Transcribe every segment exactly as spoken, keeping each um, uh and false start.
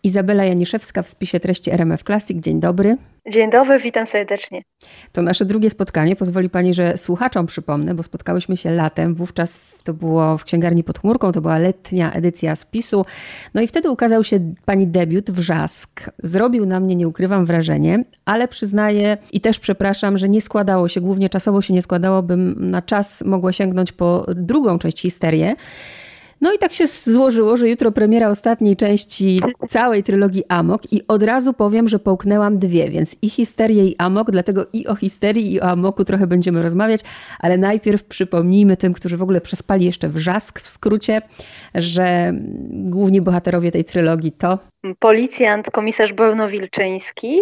Izabela Janiszewska w spisie treści R M F Classic. Dzień dobry. Dzień dobry, witam serdecznie. To nasze drugie spotkanie. Pozwoli Pani, że słuchaczom przypomnę, bo spotkałyśmy się latem. Wówczas to było w Księgarni pod chmurką, to była letnia edycja spisu. No i wtedy ukazał się Pani debiut Wrzask. Zrobił na mnie, nie ukrywam, wrażenie, ale przyznaję i też przepraszam, że nie składało się, głównie czasowo się nie składało, bym na czas mogła sięgnąć po drugą część Histerię. No i tak się złożyło, że jutro premiera ostatniej części całej trylogii Amok i od razu powiem, że połknęłam dwie, więc i Histerię i Amok, dlatego i o Histerii i o Amoku trochę będziemy rozmawiać, ale najpierw przypomnijmy tym, którzy w ogóle przespali jeszcze Wrzask w skrócie, że główni bohaterowie tej trylogii to policjant, komisarz Borno-Wilczyński,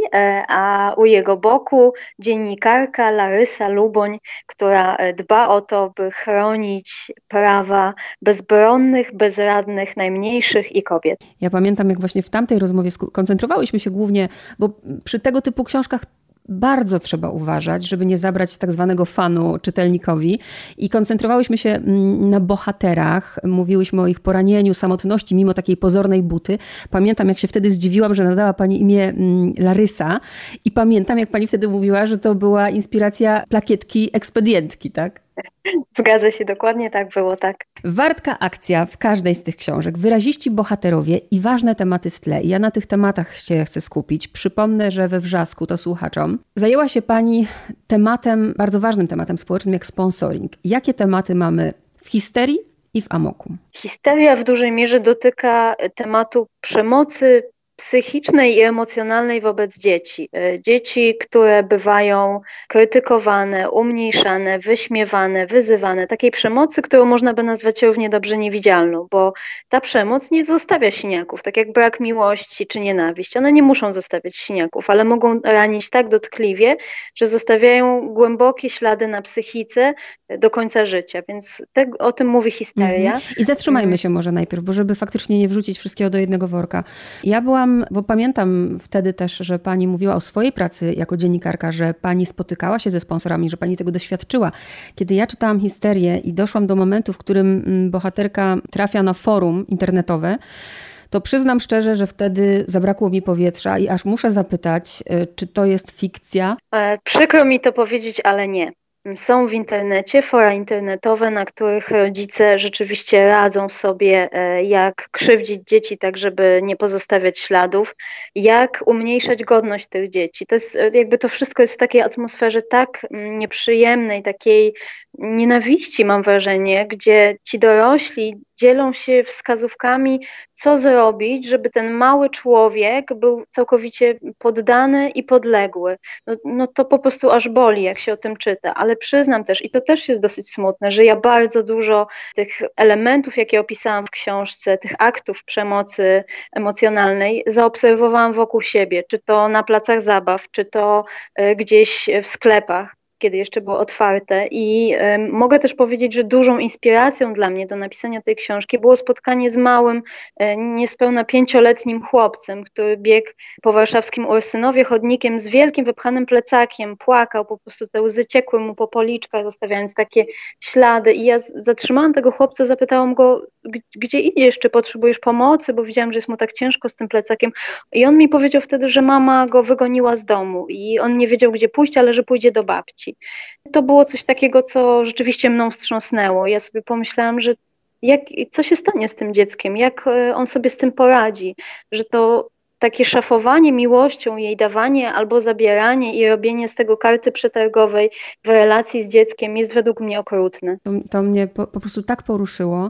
a u jego boku dziennikarka Larysa Luboń, która dba o to, by chronić prawa bezbronnych, bezradnych, najmniejszych i kobiet. Ja pamiętam, jak właśnie w tamtej rozmowie koncentrowałyśmy się głównie, bo przy tego typu książkach bardzo trzeba uważać, żeby nie zabrać tak zwanego fanu czytelnikowi i koncentrowałyśmy się na bohaterach, mówiłyśmy o ich poranieniu, samotności, mimo takiej pozornej buty. Pamiętam, jak się wtedy zdziwiłam, że nadała Pani imię Larysa i pamiętam, jak Pani wtedy mówiła, że to była inspiracja plakietki ekspedientki, tak? Zgadza się, dokładnie tak było, tak. Wartka akcja w każdej z tych książek, wyraziści bohaterowie i ważne tematy w tle. Ja na tych tematach się chcę skupić. Przypomnę, że we Wrzasku, to słuchaczom, zajęła się Pani tematem, bardzo ważnym tematem społecznym, jak sponsoring. Jakie tematy mamy w Histerii i w Amoku? Histeria w dużej mierze dotyka tematu przemocy psychicznej i emocjonalnej wobec dzieci. Dzieci, które bywają krytykowane, umniejszane, wyśmiewane, wyzywane. Takiej przemocy, którą można by nazwać równie dobrze niewidzialną, bo ta przemoc nie zostawia siniaków, tak jak brak miłości czy nienawiść. One nie muszą zostawiać siniaków, ale mogą ranić tak dotkliwie, że zostawiają głębokie ślady na psychice do końca życia. Więc te, o tym mówi Histeria. Mhm. I zatrzymajmy się może najpierw, bo żeby faktycznie nie wrzucić wszystkiego do jednego worka. Ja byłam Bo pamiętam wtedy też, że Pani mówiła o swojej pracy jako dziennikarka, że Pani spotykała się ze sponsorami, że Pani tego doświadczyła. Kiedy ja czytałam Histerię i doszłam do momentu, w którym bohaterka trafia na forum internetowe, to przyznam szczerze, że wtedy zabrakło mi powietrza i aż muszę zapytać, czy to jest fikcja? E, przykro mi to powiedzieć, ale nie. Są w internecie fora internetowe, na których rodzice rzeczywiście radzą sobie, jak krzywdzić dzieci tak, żeby nie pozostawiać śladów, jak umniejszać godność tych dzieci. To jest, jakby to wszystko jest w takiej atmosferze tak nieprzyjemnej, takiej nienawiści, mam wrażenie, gdzie ci dorośli dzielą się wskazówkami, co zrobić, żeby ten mały człowiek był całkowicie poddany i podległy. No, no to po prostu aż boli, jak się o tym czyta, ale przyznam też, i to też jest dosyć smutne, że ja bardzo dużo tych elementów, jakie opisałam w książce, tych aktów przemocy emocjonalnej zaobserwowałam wokół siebie, czy to na placach zabaw, czy to gdzieś w sklepach, kiedy jeszcze było otwarte i y, mogę też powiedzieć, że dużą inspiracją dla mnie do napisania tej książki było spotkanie z małym, y, niespełna pięcioletnim chłopcem, który biegł po warszawskim Ursynowie chodnikiem z wielkim wypchanym plecakiem, płakał, po prostu te łzy ciekły mu po policzkach, zostawiając takie ślady i ja z- zatrzymałam tego chłopca, zapytałam go, gdzie idziesz, czy potrzebujesz pomocy, bo widziałam, że jest mu tak ciężko z tym plecakiem i on mi powiedział wtedy, że mama go wygoniła z domu i on nie wiedział, gdzie pójść, ale że pójdzie do babci. To było coś takiego, co rzeczywiście mną wstrząsnęło. Ja sobie pomyślałam, że jak, co się stanie z tym dzieckiem, jak on sobie z tym poradzi, że to takie szafowanie miłością, jej dawanie albo zabieranie i robienie z tego karty przetargowej w relacji z dzieckiem jest według mnie okrutne. To, to mnie po, po prostu tak poruszyło,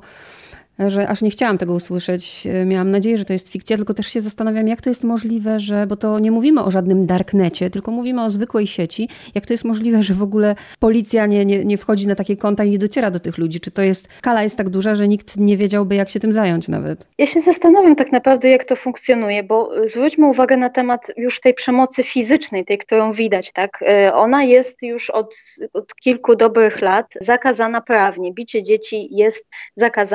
że aż nie chciałam tego usłyszeć. Miałam nadzieję, że to jest fikcja, tylko też się zastanawiam, jak to jest możliwe, że, bo to nie mówimy o żadnym darknecie, tylko mówimy o zwykłej sieci. Jak to jest możliwe, że w ogóle policja nie, nie, nie wchodzi na takie konta i nie dociera do tych ludzi? Czy to jest, skala jest tak duża, że nikt nie wiedziałby, jak się tym zająć nawet? Ja się zastanawiam tak naprawdę, jak to funkcjonuje, bo zwróćmy uwagę na temat już tej przemocy fizycznej, tej, którą widać, tak? Ona jest już od, od kilku dobrych lat zakazana prawnie. Bicie dzieci jest zakazane, grożą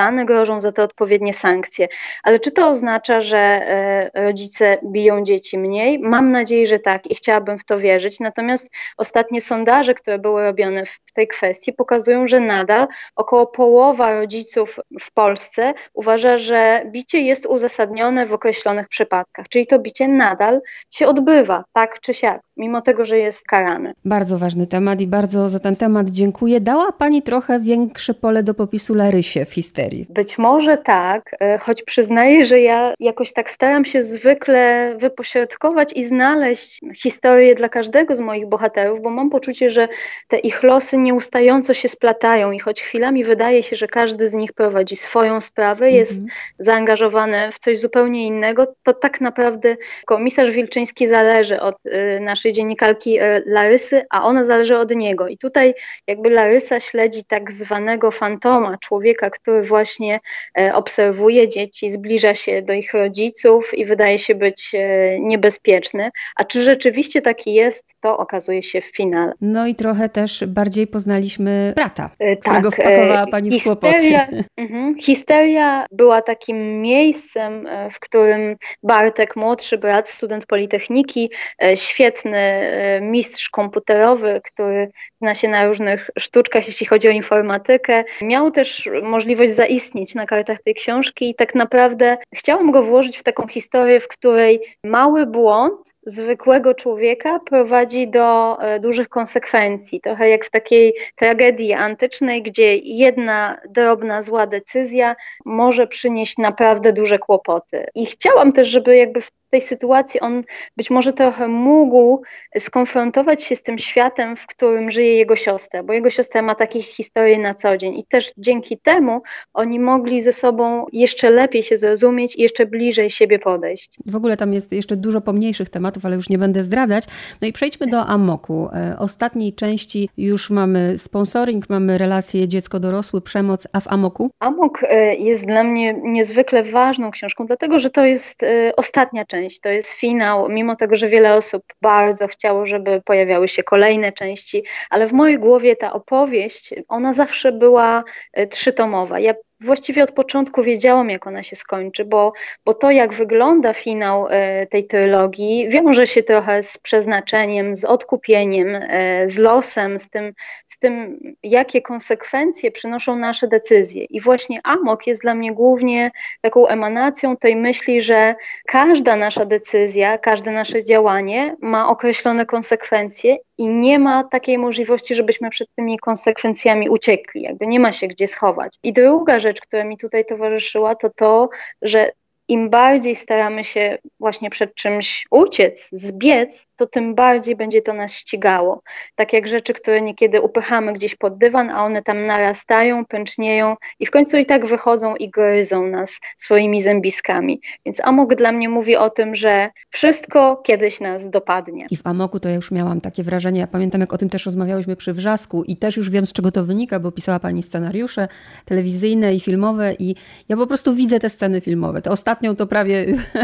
nałożą za to odpowiednie sankcje. Ale czy to oznacza, że rodzice biją dzieci mniej? Mam nadzieję, że tak i chciałabym w to wierzyć. Natomiast ostatnie sondaże, które były robione w tej kwestii, pokazują, że nadal około połowa rodziców w Polsce uważa, że bicie jest uzasadnione w określonych przypadkach. Czyli to bicie nadal się odbywa, tak czy siak, mimo tego, że jest karane. Bardzo ważny temat i bardzo za ten temat dziękuję. Dała Pani trochę większe pole do popisu Larysie w histerii. Być może tak, choć przyznaję, że ja jakoś tak staram się zwykle wypośrodkować i znaleźć historię dla każdego z moich bohaterów, bo mam poczucie, że te ich losy nieustająco się splatają i choć chwilami wydaje się, że każdy z nich prowadzi swoją sprawę, jest mm-hmm. zaangażowany w coś zupełnie innego, to tak naprawdę komisarz Wilczyński zależy od y, naszej dziennikarki y, Larysy, a ona zależy od niego. I tutaj jakby Larysa śledzi tak zwanego fantoma, człowieka, który właśnie y, obserwuje dzieci, zbliża się do ich rodziców i wydaje się być y, niebezpieczny. A czy rzeczywiście taki jest, to okazuje się w finale. No i trochę też bardziej poznaliśmy brata, y, którego tak, wpakowała Pani histeria, w kłopoty. Mhm. Histeria była takim miejscem, w którym Bartek, młodszy brat, student Politechniki, świetny mistrz komputerowy, który zna się na różnych sztuczkach, jeśli chodzi o informatykę, miał też możliwość zaistnieć na kartach tej książki i tak naprawdę chciałam go włożyć w taką historię, w której mały błąd zwykłego człowieka prowadzi do dużych konsekwencji. Trochę jak w takiej tragedii antycznej, gdzie jedna drobna, zła decyzja może przynieść naprawdę duże kłopoty. I chciałam też, żeby jakby w tej sytuacji on być może trochę mógł skonfrontować się z tym światem, w którym żyje jego siostra, bo jego siostra ma takie historie na co dzień i też dzięki temu oni mogli ze sobą jeszcze lepiej się zrozumieć i jeszcze bliżej siebie podejść. W ogóle tam jest jeszcze dużo pomniejszych tematów, ale już nie będę zdradzać. No i przejdźmy do Amoku. Ostatniej części już mamy sponsoring, mamy relacje dziecko-dorosły, przemoc, a w Amoku? Amok jest dla mnie niezwykle ważną książką, dlatego że to jest ostatnia część. To jest finał, mimo tego, że wiele osób bardzo chciało, żeby pojawiały się kolejne części, ale w mojej głowie ta opowieść, ona zawsze była trzytomowa. Ja właściwie od początku wiedziałam, jak ona się skończy, bo, bo to, jak wygląda finał e, tej trylogii, wiąże się trochę z przeznaczeniem, z odkupieniem, e, z losem, z tym, z tym, jakie konsekwencje przynoszą nasze decyzje. I właśnie Amok jest dla mnie głównie taką emanacją tej myśli, że każda nasza decyzja, każde nasze działanie ma określone konsekwencje i nie ma takiej możliwości, żebyśmy przed tymi konsekwencjami uciekli. Jakby nie ma się gdzie schować. I druga rzecz, która mi tutaj towarzyszyła, to to, że im bardziej staramy się właśnie przed czymś uciec, zbiec, to tym bardziej będzie to nas ścigało. Tak jak rzeczy, które niekiedy upychamy gdzieś pod dywan, a one tam narastają, pęcznieją i w końcu i tak wychodzą i gryzą nas swoimi zębiskami. Więc Amok dla mnie mówi o tym, że wszystko kiedyś nas dopadnie. I w Amoku to ja już miałam takie wrażenie, ja pamiętam, jak o tym też rozmawiałyśmy przy Wrzasku i też już wiem, z czego to wynika, bo pisała Pani scenariusze telewizyjne i filmowe i ja po prostu widzę te sceny filmowe. To ostatnio to prawie,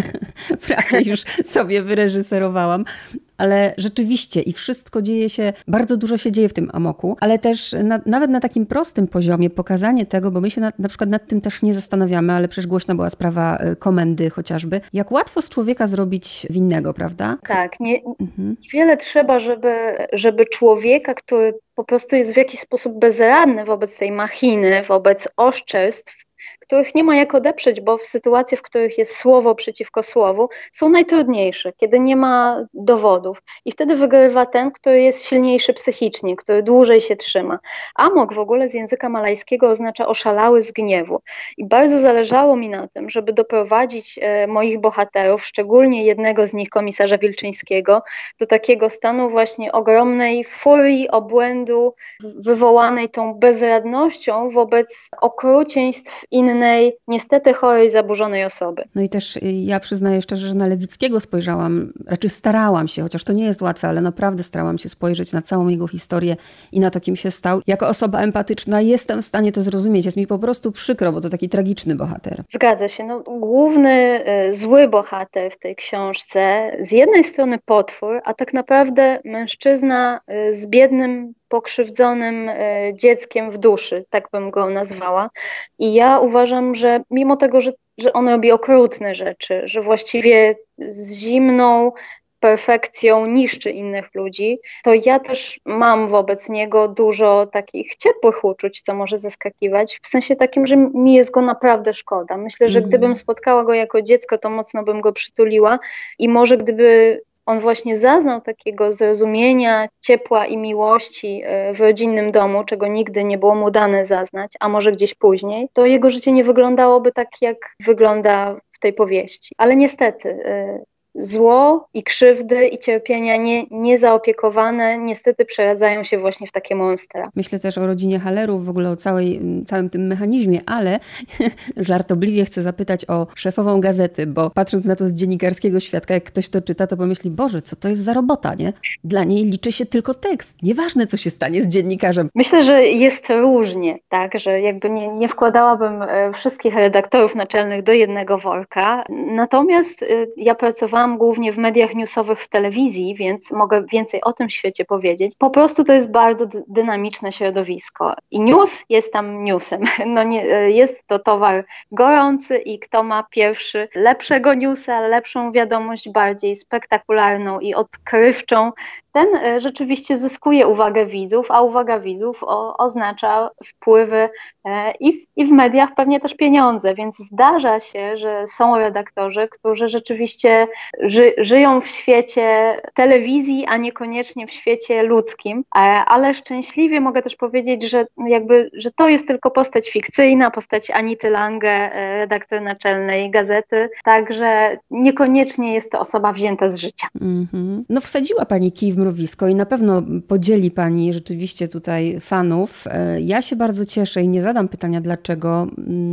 prawie już sobie wyreżyserowałam, ale rzeczywiście i wszystko dzieje się, bardzo dużo się dzieje w tym Amoku, ale też na, nawet na takim prostym poziomie pokazanie tego, bo my się na, na przykład nad tym też nie zastanawiamy, ale przecież głośna była sprawa komendy chociażby, jak łatwo z człowieka zrobić winnego, prawda? Tak, nie, mhm. Niewiele trzeba, żeby, żeby człowieka, który po prostu jest w jakiś sposób bezradny wobec tej machiny, wobec oszczerstw, których nie ma jak odeprzeć, bo w sytuacjach, w których jest słowo przeciwko słowu, są najtrudniejsze, kiedy nie ma dowodów. I wtedy wygrywa ten, który jest silniejszy psychicznie, który dłużej się trzyma. Amok w ogóle z języka malajskiego oznacza oszalały z gniewu. I bardzo zależało mi na tym, żeby doprowadzić e, moich bohaterów, szczególnie jednego z nich, komisarza Wilczyńskiego, do takiego stanu właśnie ogromnej furii, obłędu, wywołanej tą bezradnością wobec okrucieństw innej, niestety chorej, zaburzonej osoby. No i też ja przyznaję szczerze, że na Lewickiego spojrzałam, raczej starałam się, chociaż to nie jest łatwe, ale naprawdę starałam się spojrzeć na całą jego historię i na to, kim się stał. Jako osoba empatyczna jestem w stanie to zrozumieć. Jest mi po prostu przykro, bo to taki tragiczny bohater. Zgadza się. No, główny y, zły bohater w tej książce, z jednej strony potwór, a tak naprawdę mężczyzna y, z biednym pokrzywdzonym dzieckiem w duszy, tak bym go nazwała. I ja uważam, że mimo tego, że, że on robi okrutne rzeczy, że właściwie z zimną perfekcją niszczy innych ludzi, to ja też mam wobec niego dużo takich ciepłych uczuć, co może zaskakiwać, w sensie takim, że mi jest go naprawdę szkoda. Myślę, że Mhm. gdybym spotkała go jako dziecko, to mocno bym go przytuliła i może gdyby on właśnie zaznał takiego zrozumienia, ciepła i miłości w rodzinnym domu, czego nigdy nie było mu dane zaznać, a może gdzieś później, to jego życie nie wyglądałoby tak, jak wygląda w tej powieści. Ale niestety zło i krzywdy i cierpienia nie, niezaopiekowane niestety przeradzają się właśnie w takie monstra. Myślę też o rodzinie Hallerów, w ogóle o całej, całym tym mechanizmie, ale żartobliwie chcę zapytać o szefową gazety, bo patrząc na to z dziennikarskiego świadka, jak ktoś to czyta, to pomyśli, Boże, co to jest za robota, nie? Dla niej liczy się tylko tekst. Nieważne, co się stanie z dziennikarzem. Myślę, że jest różnie, tak, że jakby nie, nie wkładałabym wszystkich redaktorów naczelnych do jednego worka. Natomiast ja pracowałam głównie w mediach newsowych w telewizji, więc mogę więcej o tym świecie powiedzieć. Po prostu to jest bardzo dy- dynamiczne środowisko i news jest tam newsem. No nie, jest to towar gorący i kto ma pierwszy lepszego newsa, lepszą wiadomość, bardziej spektakularną i odkrywczą, ten rzeczywiście zyskuje uwagę widzów, a uwaga widzów o, oznacza wpływy e, i, w, i w mediach pewnie też pieniądze, więc zdarza się, że są redaktorzy, którzy rzeczywiście ży, żyją w świecie telewizji, a niekoniecznie w świecie ludzkim, e, ale szczęśliwie mogę też powiedzieć, że jakby, że to jest tylko postać fikcyjna, postać Anity Lange, e, redaktor naczelnej gazety, także niekoniecznie jest to osoba wzięta z życia. Mm-hmm. No wsadziła pani kij w mrowisko i na pewno podzieli pani rzeczywiście tutaj fanów. Ja się bardzo cieszę i nie zadam pytania dlaczego,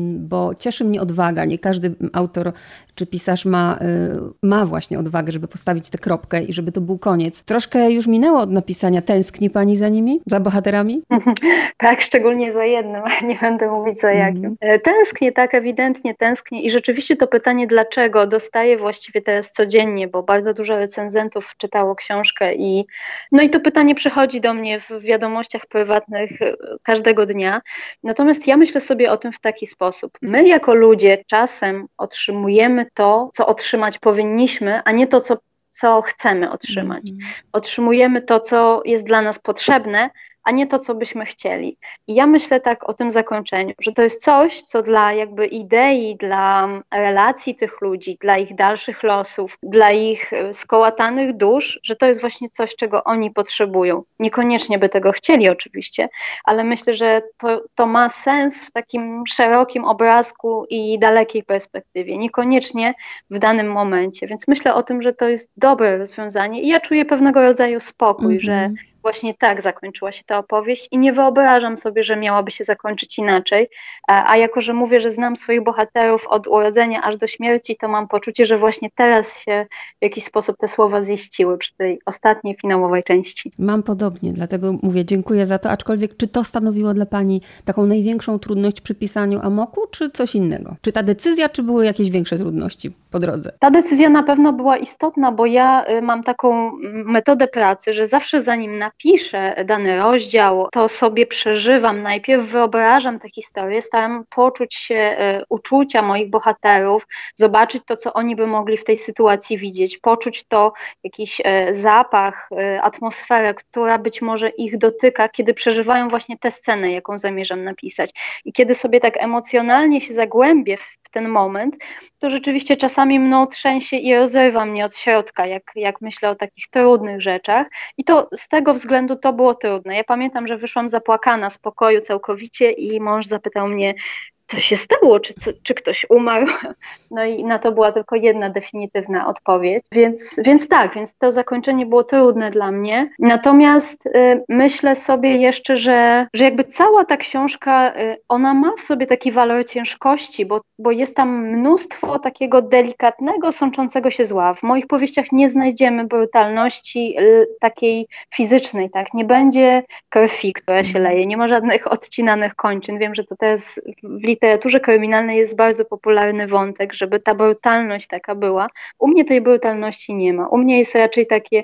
bo cieszy mnie odwaga. Nie każdy autor czy pisarz ma, ma właśnie odwagę, żeby postawić tę kropkę i żeby to był koniec. Troszkę już minęło od napisania. Tęskni pani za nimi? Za bohaterami? Tak, szczególnie za jednym, nie będę mówić za jakim. Mm. Tęsknię, tak, ewidentnie tęsknię i rzeczywiście to pytanie dlaczego dostaję właściwie teraz codziennie, bo bardzo dużo recenzentów czytało książkę i no i to pytanie przychodzi do mnie w wiadomościach prywatnych każdego dnia. Natomiast ja myślę sobie o tym w taki sposób. My jako ludzie czasem otrzymujemy to, co otrzymać powinniśmy, a nie to, co, co chcemy otrzymać. Mm. Otrzymujemy to, co jest dla nas potrzebne, a nie to, co byśmy chcieli. I ja myślę tak o tym zakończeniu, że to jest coś, co dla jakby idei, dla relacji tych ludzi, dla ich dalszych losów, dla ich skołatanych dusz, że to jest właśnie coś, czego oni potrzebują. Niekoniecznie by tego chcieli oczywiście, ale myślę, że to, to ma sens w takim szerokim obrazku i dalekiej perspektywie. Niekoniecznie w danym momencie. Więc myślę o tym, że to jest dobre rozwiązanie i ja czuję pewnego rodzaju spokój, mm-hmm. że właśnie tak zakończyła się ta opowieść i nie wyobrażam sobie, że miałaby się zakończyć inaczej, a, a jako, że mówię, że znam swoich bohaterów od urodzenia aż do śmierci, to mam poczucie, że właśnie teraz się w jakiś sposób te słowa ziściły przy tej ostatniej, finałowej części. Mam podobnie, dlatego mówię dziękuję za to, aczkolwiek czy to stanowiło dla pani taką największą trudność przy pisaniu Amoku, czy coś innego? Czy ta decyzja, czy były jakieś większe trudności po drodze? Ta decyzja na pewno była istotna, bo ja mam taką metodę pracy, że zawsze zanim napiszę dany rozdział, to sobie przeżywam, najpierw wyobrażam tę historię, staram poczuć się y, uczucia moich bohaterów, zobaczyć to, co oni by mogli w tej sytuacji widzieć, poczuć to jakiś y, zapach, y, atmosferę, która być może ich dotyka, kiedy przeżywają właśnie tę scenę, jaką zamierzam napisać. I kiedy sobie tak emocjonalnie się zagłębię w ten moment, to rzeczywiście czasami mną trzęsie i rozrywa mnie od środka, jak, jak myślę o takich trudnych rzeczach. I to z tego względu to było trudne. Ja pamiętam, że wyszłam zapłakana z pokoju całkowicie i mąż zapytał mnie, co się stało, czy, co, czy ktoś umarł? No i na to była tylko jedna definitywna odpowiedź. Więc, więc tak, więc to zakończenie było trudne dla mnie. Natomiast y, myślę sobie jeszcze, że, że jakby cała ta książka, y, ona ma w sobie taki walor ciężkości, bo, bo jest tam mnóstwo takiego delikatnego, sączącego się zła. W moich powieściach nie znajdziemy brutalności y, takiej fizycznej, tak? Nie będzie krwi, która się leje, nie ma żadnych odcinanych kończyn. Wiem, że to teraz w literaturze kryminalnej jest bardzo popularny wątek, żeby ta brutalność taka była. U mnie tej brutalności nie ma. U mnie jest raczej takie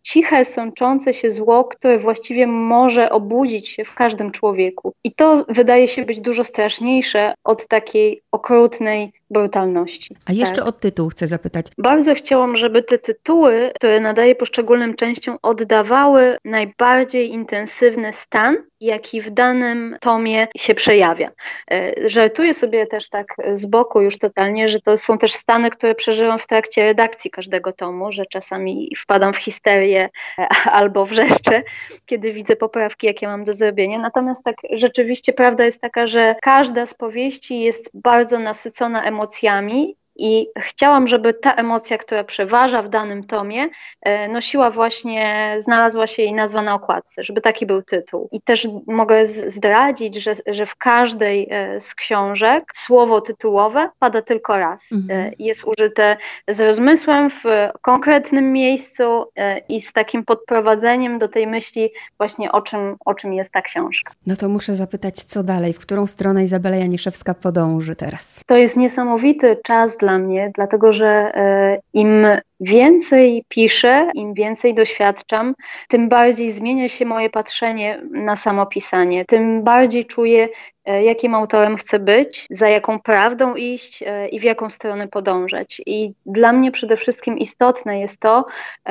ciche, sączące się zło, które właściwie może obudzić się w każdym człowieku. I to wydaje się być dużo straszniejsze od takiej okrutnej brutalności. A jeszcze tak. o tytuł chcę zapytać. Bardzo chciałam, żeby te tytuły, które nadaję poszczególnym częściom, oddawały najbardziej intensywny stan, jaki w danym tomie się przejawia. Żartuję sobie też tak z boku już totalnie, że to są też stany, które przeżywam w trakcie redakcji każdego tomu, że czasami wpadam w histerię albo wrzeszczę, kiedy widzę poprawki, jakie mam do zrobienia. Natomiast tak rzeczywiście prawda jest taka, że każda z powieści jest bardzo nasycona emocjami, i chciałam, żeby ta emocja, która przeważa w danym tomie, nosiła właśnie, znalazła się jej nazwa na okładce, żeby taki był tytuł. I też mogę zdradzić, że, że w każdej z książek słowo tytułowe pada tylko raz. Mhm. Jest użyte z rozmysłem w konkretnym miejscu i z takim podprowadzeniem do tej myśli właśnie o czym, o czym jest ta książka. No to muszę zapytać, co dalej? W którą stronę Izabela Janiszewska podąży teraz? To jest niesamowity czas dla mnie, dlatego że im więcej piszę, im więcej doświadczam, tym bardziej zmienia się moje patrzenie na samo pisanie, tym bardziej czuję, jakim autorem chcę być, za jaką prawdą iść i w jaką stronę podążać. I dla mnie przede wszystkim istotne jest to,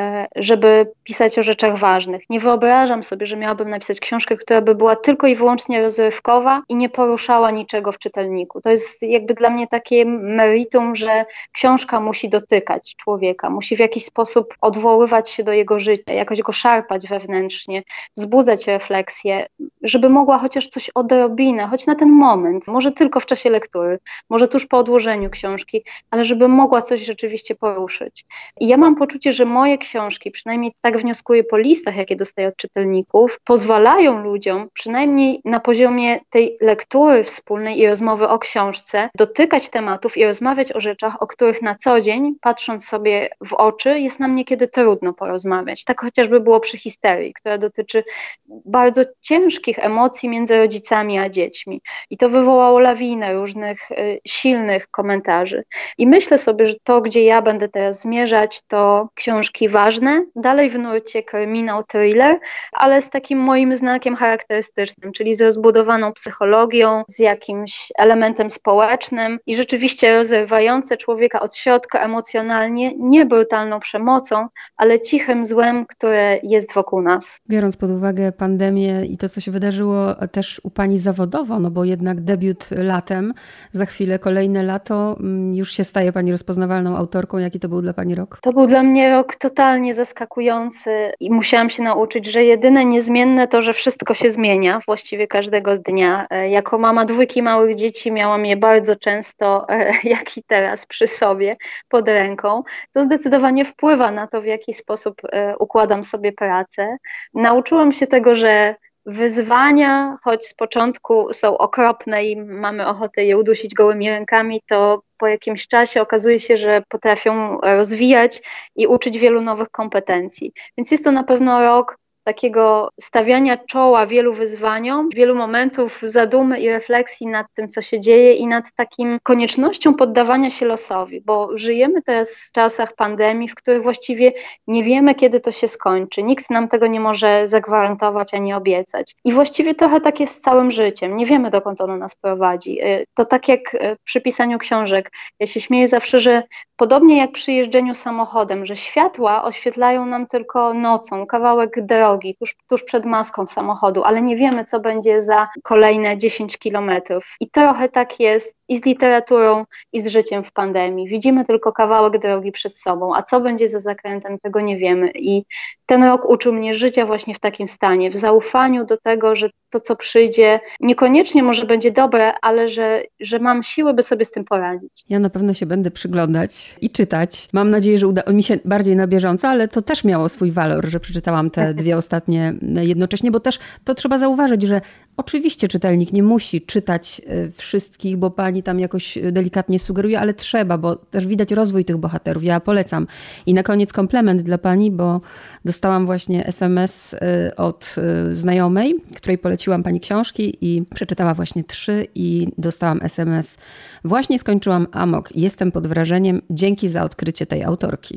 żeby pisać o rzeczach ważnych. Nie wyobrażam sobie, że miałabym napisać książkę, która by była tylko i wyłącznie rozrywkowa i nie poruszała niczego w czytelniku. To jest jakby dla mnie takie meritum, że książka musi dotykać człowieka, musi w jakiś sposób odwoływać się do jego życia, jakoś go szarpać wewnętrznie, wzbudzać refleksję, żeby mogła chociaż coś odrobinę, choć na ten moment, może tylko w czasie lektury, może tuż po odłożeniu książki, ale żeby mogła coś rzeczywiście poruszyć. I ja mam poczucie, że moje książki, przynajmniej tak wnioskuję po listach, jakie dostaję od czytelników, pozwalają ludziom, przynajmniej na poziomie tej lektury wspólnej i rozmowy o książce, dotykać tematów i rozmawiać o rzeczach, o których na co dzień, patrząc sobie w oczy, jest nam niekiedy trudno porozmawiać. Tak chociażby było przy Histerii, która dotyczy bardzo ciężkich emocji między rodzicami a dziećmi. I to wywołało lawinę różnych y, silnych komentarzy. I myślę sobie, że to, gdzie ja będę teraz zmierzać, to książki ważne, dalej w nurcie kryminał, thriller, ale z takim moim znakiem charakterystycznym, czyli z rozbudowaną psychologią, z jakimś elementem społecznym i rzeczywiście rozrywające człowieka od środka emocjonalnie, nie brutalną przemocą, ale cichym złem, które jest wokół nas. Biorąc pod uwagę pandemię i to, co się wydarzyło też u pani zawodowo, no bo jednak debiut latem, za chwilę kolejne lato, już się staje pani rozpoznawalną autorką. Jaki to był dla pani rok? To był dla mnie rok totalnie zaskakujący i musiałam się nauczyć, że jedyne niezmienne to, że wszystko się zmienia właściwie każdego dnia. Jako mama dwójki małych dzieci miałam je bardzo często, jak i teraz, przy sobie, pod ręką. To zdecydowanie wpływa na to, w jaki sposób układam sobie pracę. Nauczyłam się tego, że wyzwania, choć z początku są okropne i mamy ochotę je udusić gołymi rękami, to po jakimś czasie okazuje się, że potrafią rozwijać i uczyć wielu nowych kompetencji. Więc jest to na pewno rok takiego stawiania czoła wielu wyzwaniom, wielu momentów zadumy i refleksji nad tym, co się dzieje i nad takim koniecznością poddawania się losowi, bo żyjemy teraz w czasach pandemii, w których właściwie nie wiemy, kiedy to się skończy. Nikt nam tego nie może zagwarantować ani obiecać. I właściwie trochę tak jest z całym życiem. Nie wiemy, dokąd ono nas prowadzi. To tak jak przy pisaniu książek. Ja się śmieję zawsze, że podobnie jak przy jeżdżeniu samochodem, że światła oświetlają nam tylko nocą, kawałek drogi, Tuż, tuż przed maską samochodu, ale nie wiemy, co będzie za kolejne dziesięć kilometrów. I trochę tak jest i z literaturą, i z życiem w pandemii. Widzimy tylko kawałek drogi przed sobą, a co będzie za zakrętem, tego nie wiemy. I ten rok uczył mnie życia właśnie w takim stanie, w zaufaniu do tego, że to, co przyjdzie, niekoniecznie może będzie dobre, ale że, że mam siłę, by sobie z tym poradzić. Ja na pewno się będę przyglądać i czytać. Mam nadzieję, że uda mi się bardziej na bieżąco, ale to też miało swój walor, że przeczytałam te dwie ostatnie jednocześnie, bo też to trzeba zauważyć, że oczywiście czytelnik nie musi czytać wszystkich, bo pani tam jakoś delikatnie sugeruje, ale trzeba, bo też widać rozwój tych bohaterów. Ja polecam. I na koniec komplement dla pani, bo dostałam właśnie es em es od znajomej, której poleciłam pani książki i przeczytała właśnie trzy i dostałam es em es. Właśnie skończyłam Amok. Jestem pod wrażeniem. Dzięki za odkrycie tej autorki.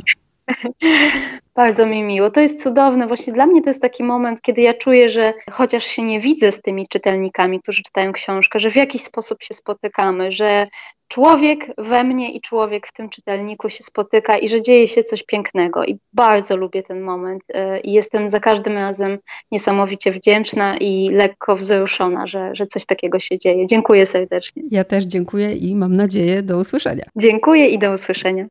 Bardzo mi miło. To jest cudowne. Właśnie dla mnie to jest taki moment, kiedy ja czuję, że chociaż się nie widzę z tymi czytelnikami, którzy czytają książkę, że w jakiś sposób się spotykamy, że człowiek we mnie i człowiek w tym czytelniku się spotyka i że dzieje się coś pięknego. I bardzo lubię ten moment. I jestem za każdym razem niesamowicie wdzięczna i lekko wzruszona, że, że coś takiego się dzieje. Dziękuję serdecznie. Ja też dziękuję i mam nadzieję do usłyszenia. Dziękuję i do usłyszenia.